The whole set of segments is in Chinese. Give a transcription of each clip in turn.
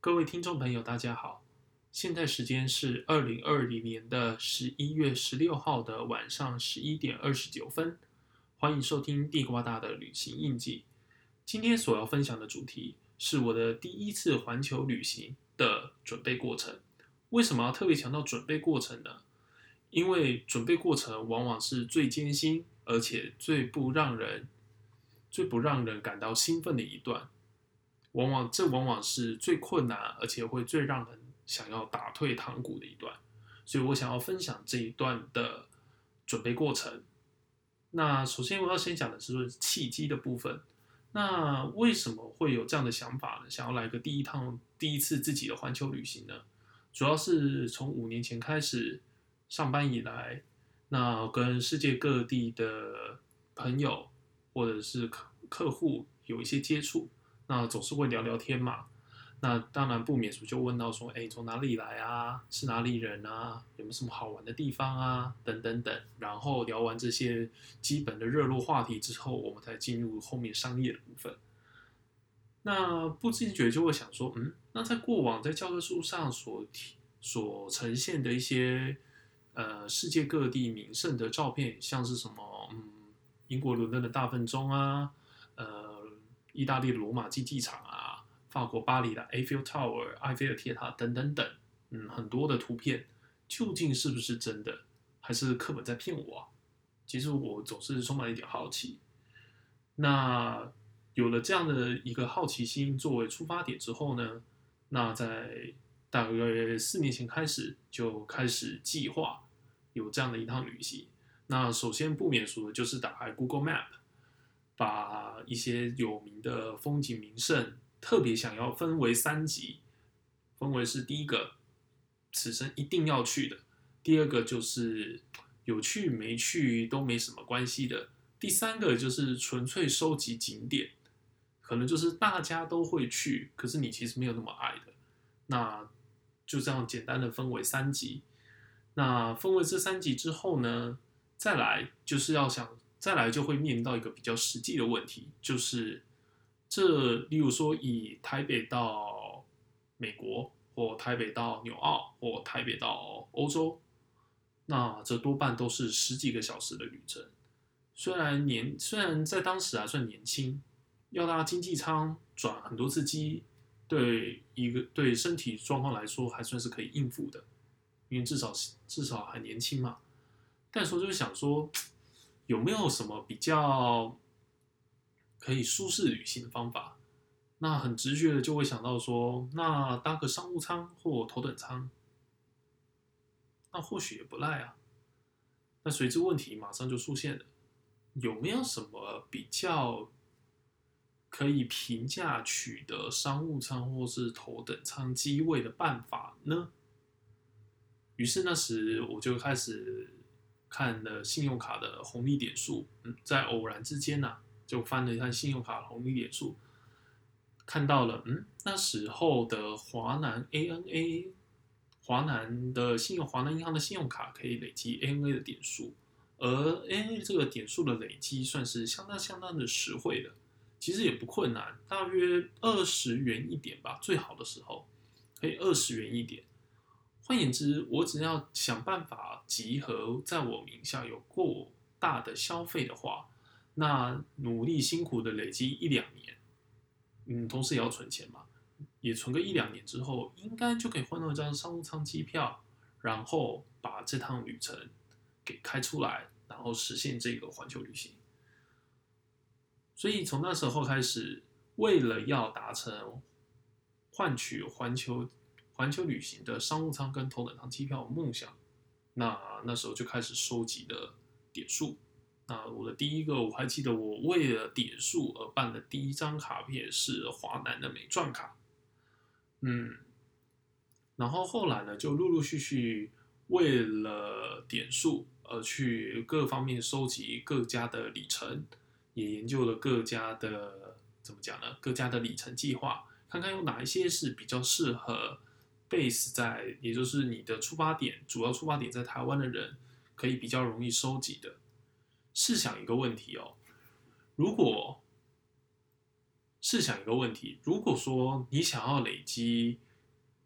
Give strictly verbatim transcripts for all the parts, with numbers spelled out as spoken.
各位听众朋友，大家好，现在时间是二零二零年的十一月十六号的晚上十一点二十九分，欢迎收听地瓜大的旅行印记。今天所要分享的主题是我的第一次环球旅行的准备过程。为什么要特别强调准备过程呢？因为准备过程往往是最艰辛，而且最不让人最不让人感到兴奋的一段。往往这往往是最困难，而且会最让人想要打退堂鼓的一段，所以我想要分享这一段的准备过程。那首先我要先讲的是契机的部分。那为什么会有这样的想法呢？想要来个第一趟、第一次自己的环球旅行呢？主要是从五年前开始上班以来，那跟世界各地的朋友或者是客客户有一些接触。那总是会聊聊天嘛，那当然不免俗就问到说，哎，从哪里来啊？是哪里人啊？有没有什么好玩的地方啊？等等等。然后聊完这些基本的热络话题之后，我们才进入后面商业的部分。那不自觉就会想说，嗯，那在过往在教科书上所所呈现的一些呃世界各地名胜的照片，像是什么，嗯，英国伦敦的大笨钟啊，呃。意大利的罗马竞技场啊，法国巴黎的 Eiffel Tower、埃菲尔铁塔等等等，嗯，很多的图片，究竟是不是真的，还是课本在骗我啊？其实我总是充满一点好奇。那有了这样的一个好奇心作为出发点之后呢，那在大约四年前开始就开始计划有这样的一趟旅行。那首先不免俗的就是打开 Google Map。把一些有名的风景名胜，特别想要分为三级，分为是第一个，此生一定要去的；第二个就是有去没去都没什么关系的；第三个就是纯粹收集景点，可能就是大家都会去，可是你其实没有那么爱的。那就这样简单的分为三级。那分为这三级之后呢，再来就是要想。再来就会面临到一个比较实际的问题，就是这，例如说以台北到美国，或台北到纽澳，或台北到欧洲，那这多半都是十几个小时的旅程。虽然年虽然在当时还算年轻，要搭经济舱转很多次机，对一个对身体状况来说还算是可以应付的，因为至少至少还年轻嘛。但是我就是想说。有没有什么比较可以舒适旅行的方法？那很直觉的就会想到说，那搭个商务舱或头等舱，那或许也不赖啊。那随之问题马上就出现了，有没有什么比较可以平价取得商务舱或是头等舱机位的办法呢？于是那时我就开始。看了信用卡的红利点数，嗯，在偶然之间呢、啊，就翻了一下信用卡的红利点数，看到了，嗯，那时候的华南 A N A， 华南的信用华南银行的信用卡可以累积 A N A 的点数，而 A N A 这个点数的累积算是相当相当的实惠的，其实也不困难，大约二十元一点吧，最好的时候可以二十元一点。换言之，我只要想办法集合在我名下有够大的消费的话，那努力辛苦的累积一两年，嗯，同时也要存钱嘛，也存个一两年之后，应该就可以换到一张商务舱机票，然后把这趟旅程给开出来，然后实现这个环球旅行。所以从那时候开始，为了要达成换取环球。环球旅行的商务舱跟头等舱机票的梦想，那那时候就开始收集的点数。那我的第一个，我还记得我为了点数而办的第一张卡片是华南的美钻卡，嗯，然后后来呢，就陆陆续续为了点数而去各方面收集各家的里程，也研究了各家的怎么讲呢？各家的里程计划，看看有哪一些是比较适合。base 在，也就是你的出发点，主要出发点在台湾的人，可以比较容易收集的。试想一个问题哦，如果试想一个问题，如果说你想要累积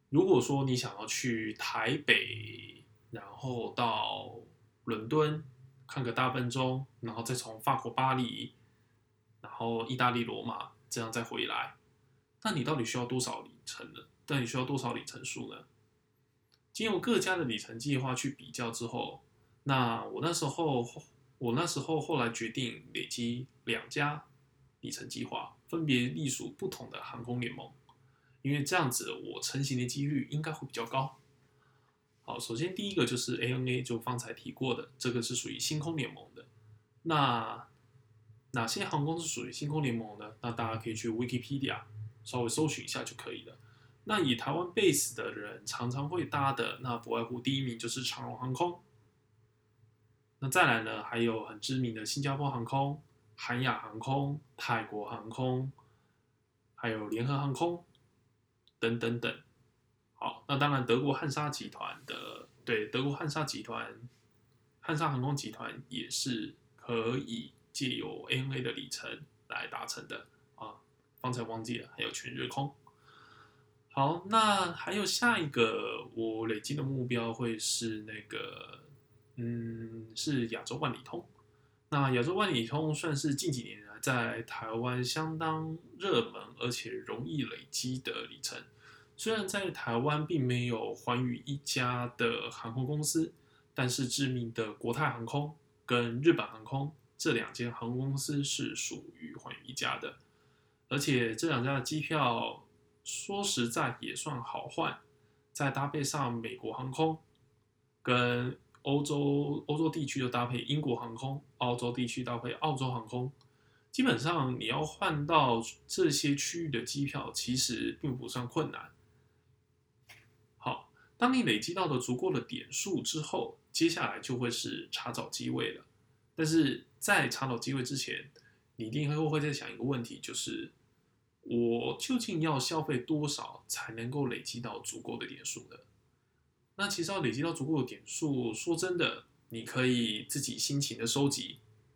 如果说你想要去台北，然后到伦敦看个大笨钟，然后再从法国巴黎，然后意大利罗马这样再回来，那你到底需要多少里程呢？到底需要多少里程数呢？经由各家的里程计划去比较之后，那我那时候我那时候后来决定累积两家里程计划，分别隶属不同的航空联盟，因为这样子我成型的几率应该会比较高。好，首先第一个就是 A N A， 就方才提过的，这个是属于星空联盟的。那哪些航空是属于星空联盟呢？那大家可以去 Wikipedia 稍微搜寻一下就可以了。那以台湾 base 的人常常会搭的，那不外乎第一名就是长荣航空。那再来呢，还有很知名的新加坡航空、韩亚航空、泰国航空，还有联合航空等等等。好，那当然德国汉莎集团的，对，德国汉莎集团、汉莎航空集团也是可以借由 A N A 的里程来达成的啊。方才忘记了，还有全日空。好，那还有下一个我累积的目标会是那个，嗯，是亚洲万里通。那亚洲万里通算是近几年来在台湾相当热门而且容易累积的里程。虽然在台湾并没有寰宇一家的航空公司，但是知名的国泰航空跟日本航空这两间航空公司是属于寰宇一家的，而且这两家的机票说实在也算好换，再搭配上美国航空跟欧洲欧洲地区的搭配英国航空，澳洲地区搭配澳洲航空，基本上你要换到这些区域的机票，其实并不算困难。好，当你累积到了足够的点数之后，接下来就会是查找机位了。但是在查找机位之前，你一定会会在想一个问题，就是我究竟要消费多少才能够累积到足够的点数呢？那其实要累积到足够的点数，说真的，你可以自己辛勤的收集。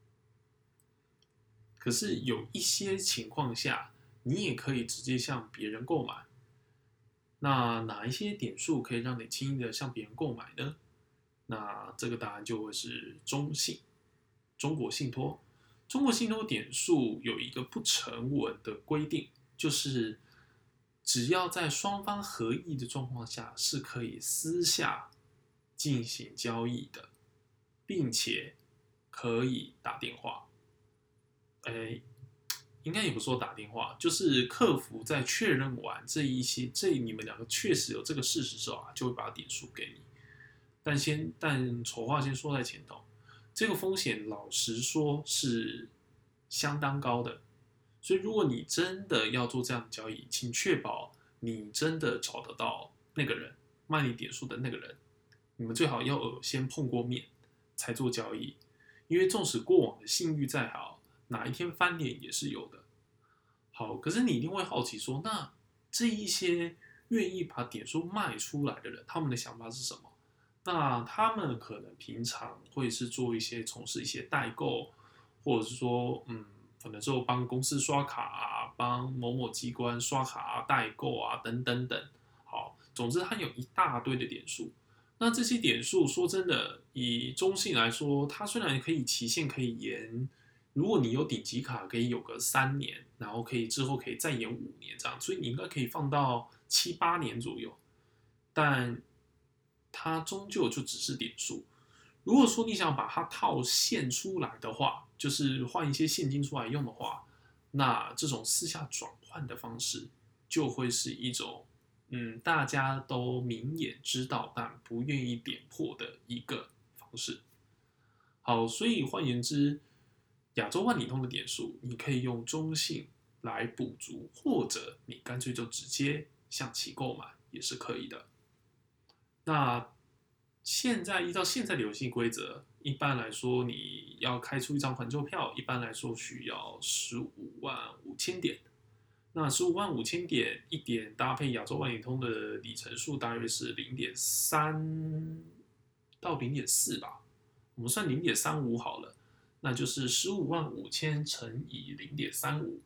可是有一些情况下，你也可以直接向别人购买。那哪一些点数可以让你轻易的向别人购买呢？那这个答案就会是中信，中国信托。中国信托点数有一个不成文的规定，就是只要在双方合意的状况下，是可以私下进行交易的，并且可以打电话。哎，应该也不说打电话，就是客服在确认完这一些，这你们两个确实有这个事实之后啊，就会把点数给你。但先，但丑话先说在前头，这个风险老实说是相当高的。所以如果你真的要做这样的交易，请确保你真的找得到那个人卖你点数的那个人，你们最好要有先碰过面才做交易，因为纵使过往的信誉再好，哪一天翻脸也是有的。好，可是你一定会好奇说，那这一些愿意把点数卖出来的人，他们的想法是什么？那他们可能平常会是做一些从事一些代购，或者是说，嗯，可能就帮公司刷卡啊，帮某某机关刷卡啊、代购啊等等等。好，总之它有一大堆的点数。那这些点数说真的，以中信来说，它虽然可以期限可以延，如果你有顶级卡，可以有个三年，然后可以之后可以再延五年这样，所以你应该可以放到七八年左右。但它终究就只是点数。如果说你想把它套现出来的话，就是换一些现金出来用的话，那这种私下转换的方式就会是一种，嗯，大家都明眼知道但不愿意点破的一个方式。好，所以换言之，亚洲万里通的点数，你可以用中信来补足，或者你干脆就直接向其购买也是可以的。那现在依照现在的游戏规则，一般来说你要开出一张环球票，一般来说需要十五万五千点。那十五万五千点一点搭配亚洲万里通的里程数大约是零点三到零点四吧，我们算零点三五好了，那就是十五万五千乘以零点三五，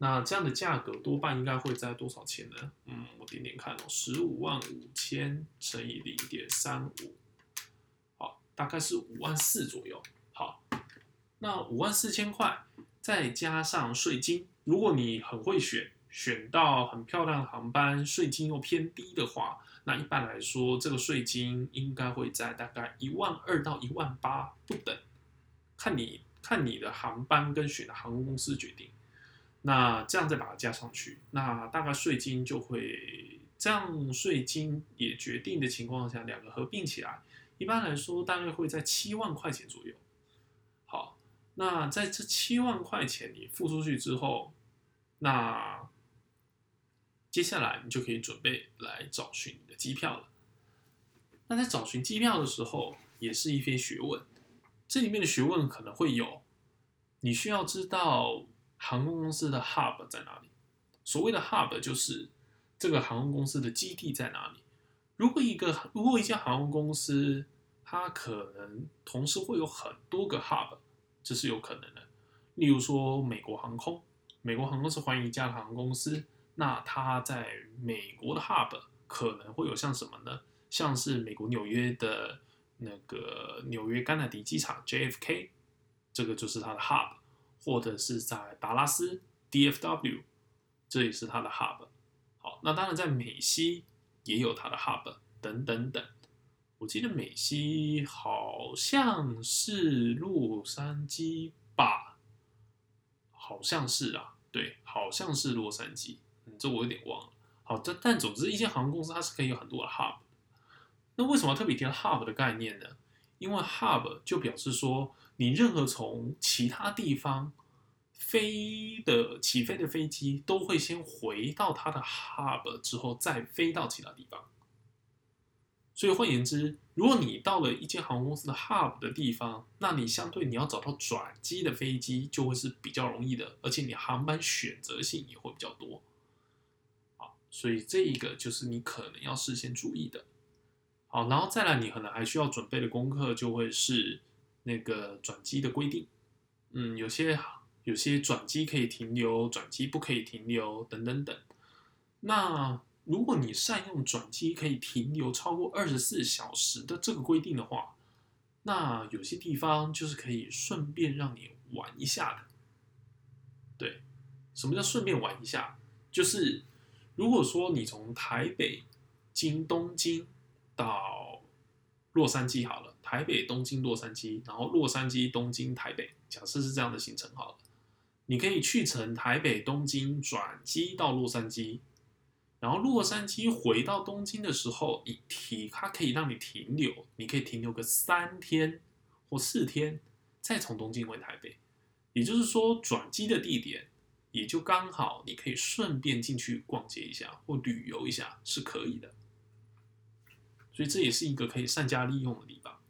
那这样的价格多半应该会在多少钱呢？嗯，我点点看哦，十五万五千乘以零点三五，好，大概是五万四左右。好，那五万四千块再加上税金，如果你很会选，选到很漂亮的航班，税金又偏低的话，那一般来说，这个税金应该会在大概一万二到一万八不等，看你看你的航班跟选的航空公司决定。那这样再把它加上去，那大概税金就会这样，税金也决定的情况下，两个合并起来，一般来说大概会在七万块钱左右。好，那在这七万块钱你付出去之后，那接下来你就可以准备来找寻你的机票了。那在找寻机票的时候，也是一篇学问。这里面的学问可能会有，你需要知道航空公司的 hub 在哪里。所谓的 hub 就是这个航空公司的基地在哪里。如果一个如果一家航空公司，它可能同时会有很多个 hub， 这是有可能的。例如说美国航空，美国航空是寰宇一家的航空公司，那它在美国的 hub 可能会有像什么呢？像是美国纽约的那个纽约甘乃迪机场 J F K， 这个就是它的 hub， 或者是在达拉斯 D F W， 这也是它的 hub。好，那当然在美西也有它的 hub 等等等。我记得美西好像是洛杉矶吧，好像是啊，对，好像是洛杉矶，嗯，这我有点忘了。好，但但总之，一间航空公司它是可以有很多的 hub。那为什么要特别提到 hub 的概念呢？因为 hub 就表示说，你任何从其他地方飞的起飞的飞机，都会先回到它的 hub 之后，再飞到其他地方。所以换言之，如果你到了一间航空公司的 hub 的地方，那你相对你要找到转机的飞机就会是比较容易的，而且你航班选择性也会比较多。好，所以这一个就是你可能要事先注意的。好，然后再来，你可能还需要准备的功课就会是那个转机的规定。嗯，有些有些转机可以停留，转机不可以停留，等等等。那如果你善用转机可以停留超过二十四小时的这个规定的话，那有些地方就是可以顺便让你玩一下的。对，什么叫顺便玩一下？就是如果说你从台北经东京到洛杉矶好了，台北、东京、洛杉矶，然后洛杉矶、东京、台北，假设是这样的行程好了，你可以去程台北、东京，转机到洛杉矶，然后洛杉矶回到东京的时候，你停，它可以让你停留，你可以停留个三天或四天，再从东京回台北。也就是说，转机的地点也就刚好，你可以顺便进去逛街一下或旅游一下是可以的。所以这也是一个可以善加利用的地方。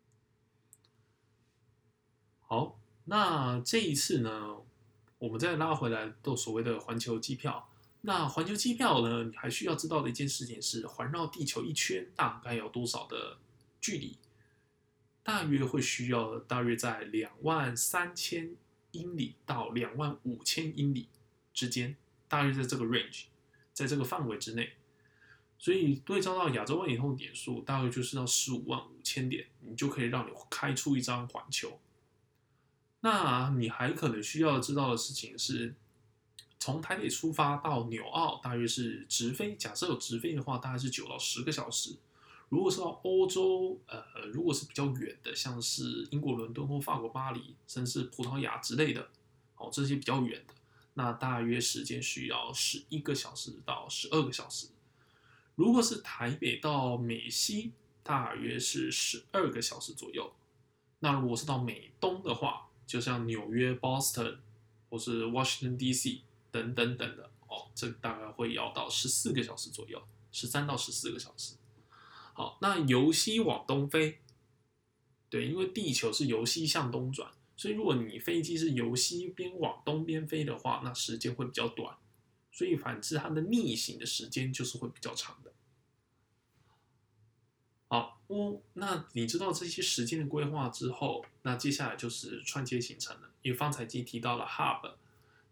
好，那这一次呢，我们再拉回来到所谓的环球机票。那环球机票呢，你还需要知道的一件事情是，环绕地球一圈大概有多少的距离？大约会需要大约在两万三千英里到两万五千英里之间，大约在这个 range， 在这个范围之内。所以对照到亚洲万里通点数，大概就是到十五万五千点，你就可以让你开出一张环球。那你还可能需要知道的事情是，从台北出发到纽澳大约是直飞，假设有直飞的话，大概是九到十个小时。如果是到欧洲，呃，如果是比较远的，像是英国伦敦或法国巴黎，甚至葡萄牙之类的，哦，这些比较远的，那大约时间需要十一个小时到十二个小时。如果是台北到美西，大约是十二个小时左右。那如果是到美东的话，就像纽约、Boston 或是 Washington D C 等等等的，哦，这大概会要到十四个小时左右，十三到十四个小时。好，那由西往东飞，对，因为地球是由西向东转，所以如果你飞机是由西边往东边飞的话，那时间会比较短。所以反之，它的逆行的时间就是会比较长的。好，哦，那你知道这些时间的规划之后，那接下来就是串接行程了。因为方才已经提到了 hub，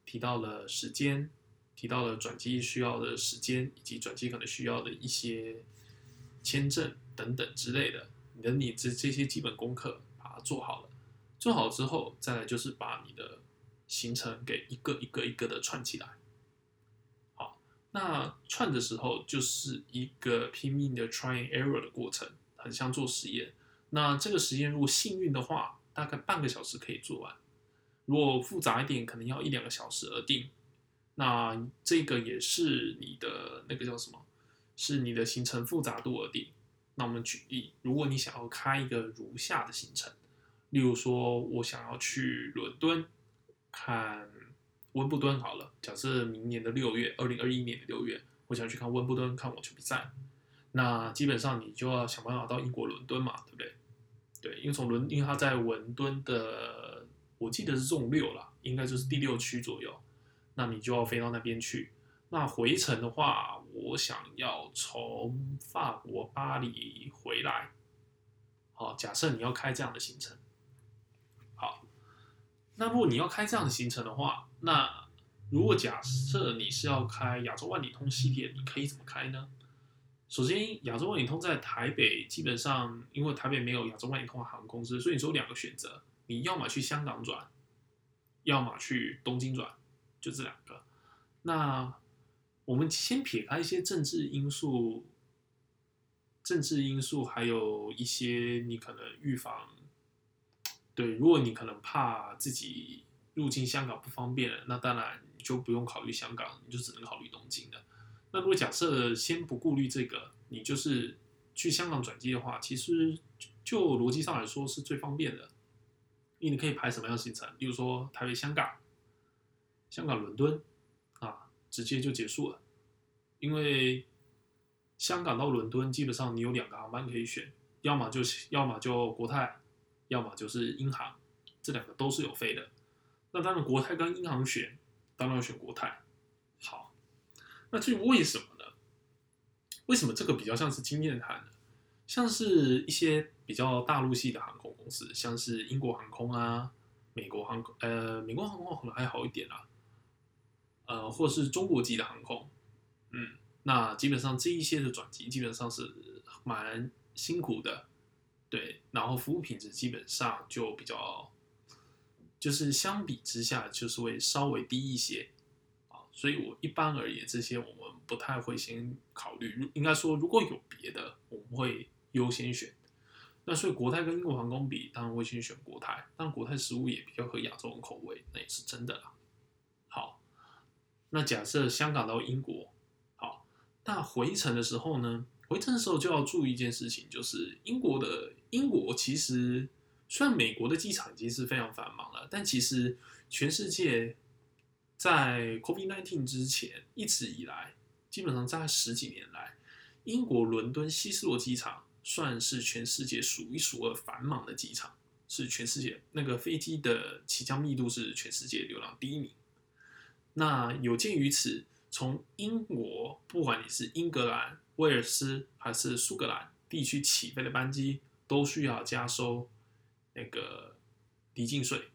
提到了时间，提到了转机需要的时间，以及转机可能需要的一些签证等等之类的。等你这这些基本功课把它做好了，做好之后，再来就是把你的行程给一个一个一个的串起来。好，那串的时候就是一个拼命的 try and error 的过程，很像做实验。那这个实验如果幸运的话，大概半个小时可以做完；如果复杂一点，可能要一两个小时而定。那这个也是你的那个叫什么？是你的行程复杂度而定。那我们举例，如果你想要开一个如下的行程，例如说我想要去伦敦看温布顿好了，假设明年的六月，二零二一年的六月，我想去看温布顿看网球比赛，那基本上你就要想办法到英国伦敦嘛，对不对？对，因为从伦，因为它在伦敦的，我记得是中六啦，应该就是第六区左右，那你就要飞到那边去。那回程的话，我想要从法国巴黎回来。好，假设你要开这样的行程，好，那如果你要开这样的行程的话，那如果假设你是要开亚洲万里通系列，你可以怎么开呢？首先，亚洲万里通在台北基本上，因为台北没有亚洲万里通的航空公司，所以你只有两个选择，你要么去香港转，要么去东京转，就这两个。那我们先撇开一些政治因素，政治因素还有一些你可能预防，对，如果你可能怕自己入境香港不方便了，那当然你就不用考虑香港，你就只能考虑东京了。那如果假设先不顾虑这个，你就是去香港转机的话，其实就逻辑上来说是最方便的，因为你可以排什么样的行程，例如说台北、香港、香港、伦敦啊，直接就结束了。因为香港到伦敦基本上你有两个航班可以选，要么就要么就国泰，要么就是英航，这两个都是有飞的。那当然国泰跟英航选，当然要选国泰。好。那至于为什么呢？为什么这个比较像是经验谈呢？像是一些比较大陆系的航空公司，像是英国航空啊、美国航空，呃，美国航空可能还好一点啦，呃，或是中国籍的航空，嗯，那基本上这一些的转机基本上是蛮辛苦的，对，然后服务品质基本上就比较，就是相比之下就是会稍微低一些。所以我一般而言，这些我们不太会先考虑。应该说，如果有别的，我们会优先选。那所以国泰跟英国航空比，当然会先选国泰。但国泰食物也比较合亚洲人口味，那也是真的啦。好，那假设香港到英国，好，那回程的时候呢？回程的时候就要注意一件事情，就是英国的英国其实虽然美国的机场已经是非常繁忙了，但其实全世界。在 COVID 十九 之前，一直以来，基本上在十几年来，英国伦敦希斯罗机场算是全世界数一数二繁忙的机场，是全世界那个飞机的起降密度是全世界流量第一名。那有鉴于此，从英国不管你是英格兰、威尔斯还是苏格兰地区起飞的班机，都需要加收那个离境税。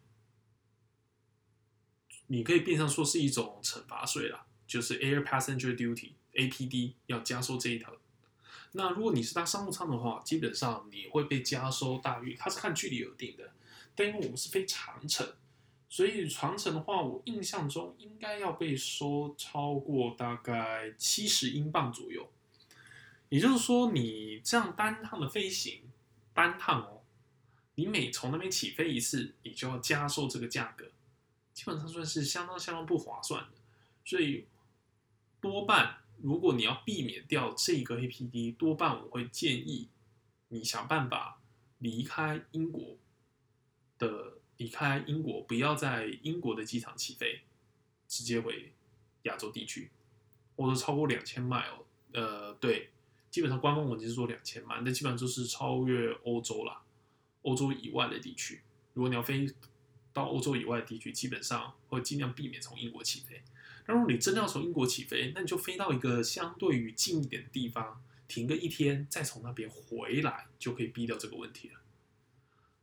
你可以变相说是一种惩罚税啦，就是 Air Passenger Duty（A P D） 要加收这一条。那如果你是搭商务舱的话，基本上你会被加收大约，它是看距离而定的。但因为我们是飞长程，所以长程的话，我印象中应该要被收超过大概七十英镑左右。也就是说，你这样单趟的飞行，单趟哦，你每从那边起飞一次，你就要加收这个价格。基本上算是相当相当不划算的，所以多半如果你要避免掉这个 A P D， 多半我会建议你想办法离开英国的，离开英国，不要在英国的机场起飞，直接回亚洲地区，或者超过两千 mile， 呃，对，基本上官方文件是说两千 mile，那基本上就是超越欧洲啦，欧洲以外的地区，如果你要飞。到欧洲以外的地区，基本上会尽量避免从英国起飞。但如果你真的要从英国起飞，那你就飞到一个相对于近一点的地方，停个一天，再从那边回来，就可以避掉这个问题了。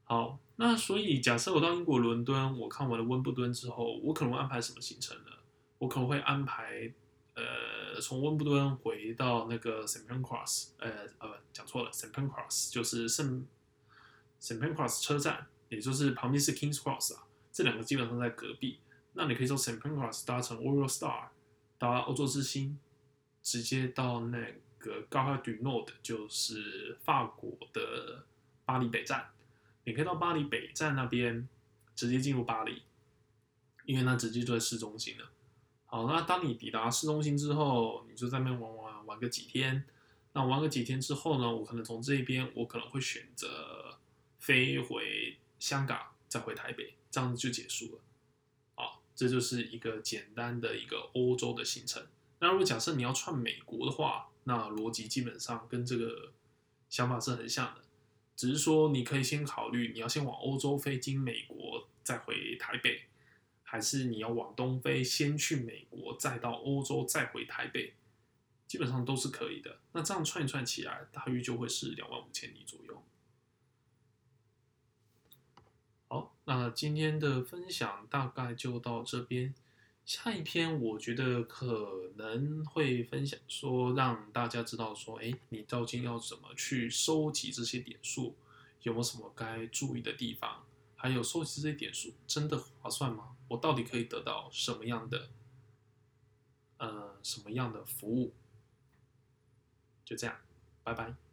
好，那所以假设我到英国伦敦，我看完了温布顿之后，我可能会安排什么行程呢？我可能会安排，呃，从温布顿回到那个 Saint Pancras，呃呃，讲错了，Saint Pancras 就是圣 Saint Pancras 车站，也就是旁边是 Kings Cross 啊，这两个基本上在隔壁。那你可以从 Saint Pancras 搭乘 Eurostar 搭欧洲之星，直接到那个 Gare du Nord，就是法国的巴黎北站。你可以到巴黎北站那边直接进入巴黎，因为那直接就在市中心了。好，那当你抵达市中心之后，你就在那边玩玩玩个几天。那玩个几天之后呢，我可能从这边，我可能会选择飞回香港，再回台北，这样子就结束了。好，这就是一个简单的一个欧洲的行程。那如果假设你要串美国的话，那逻辑基本上跟这个想法是很像的，只是说你可以先考虑你要先往欧洲飞，经美国再回台北，还是你要往东飞，先去美国，再到欧洲，再回台北，基本上都是可以的。那这样串一串起来，大约就会是两万五千里左右。好，那今天的分享大概就到这边。下一篇我觉得可能会分享说，让大家知道说，哎，你究竟要怎么去收集这些点数，有没有什么该注意的地方，还有收集这些点数真的划算吗？我到底可以得到什么样的呃什么样的服务？就这样，拜拜。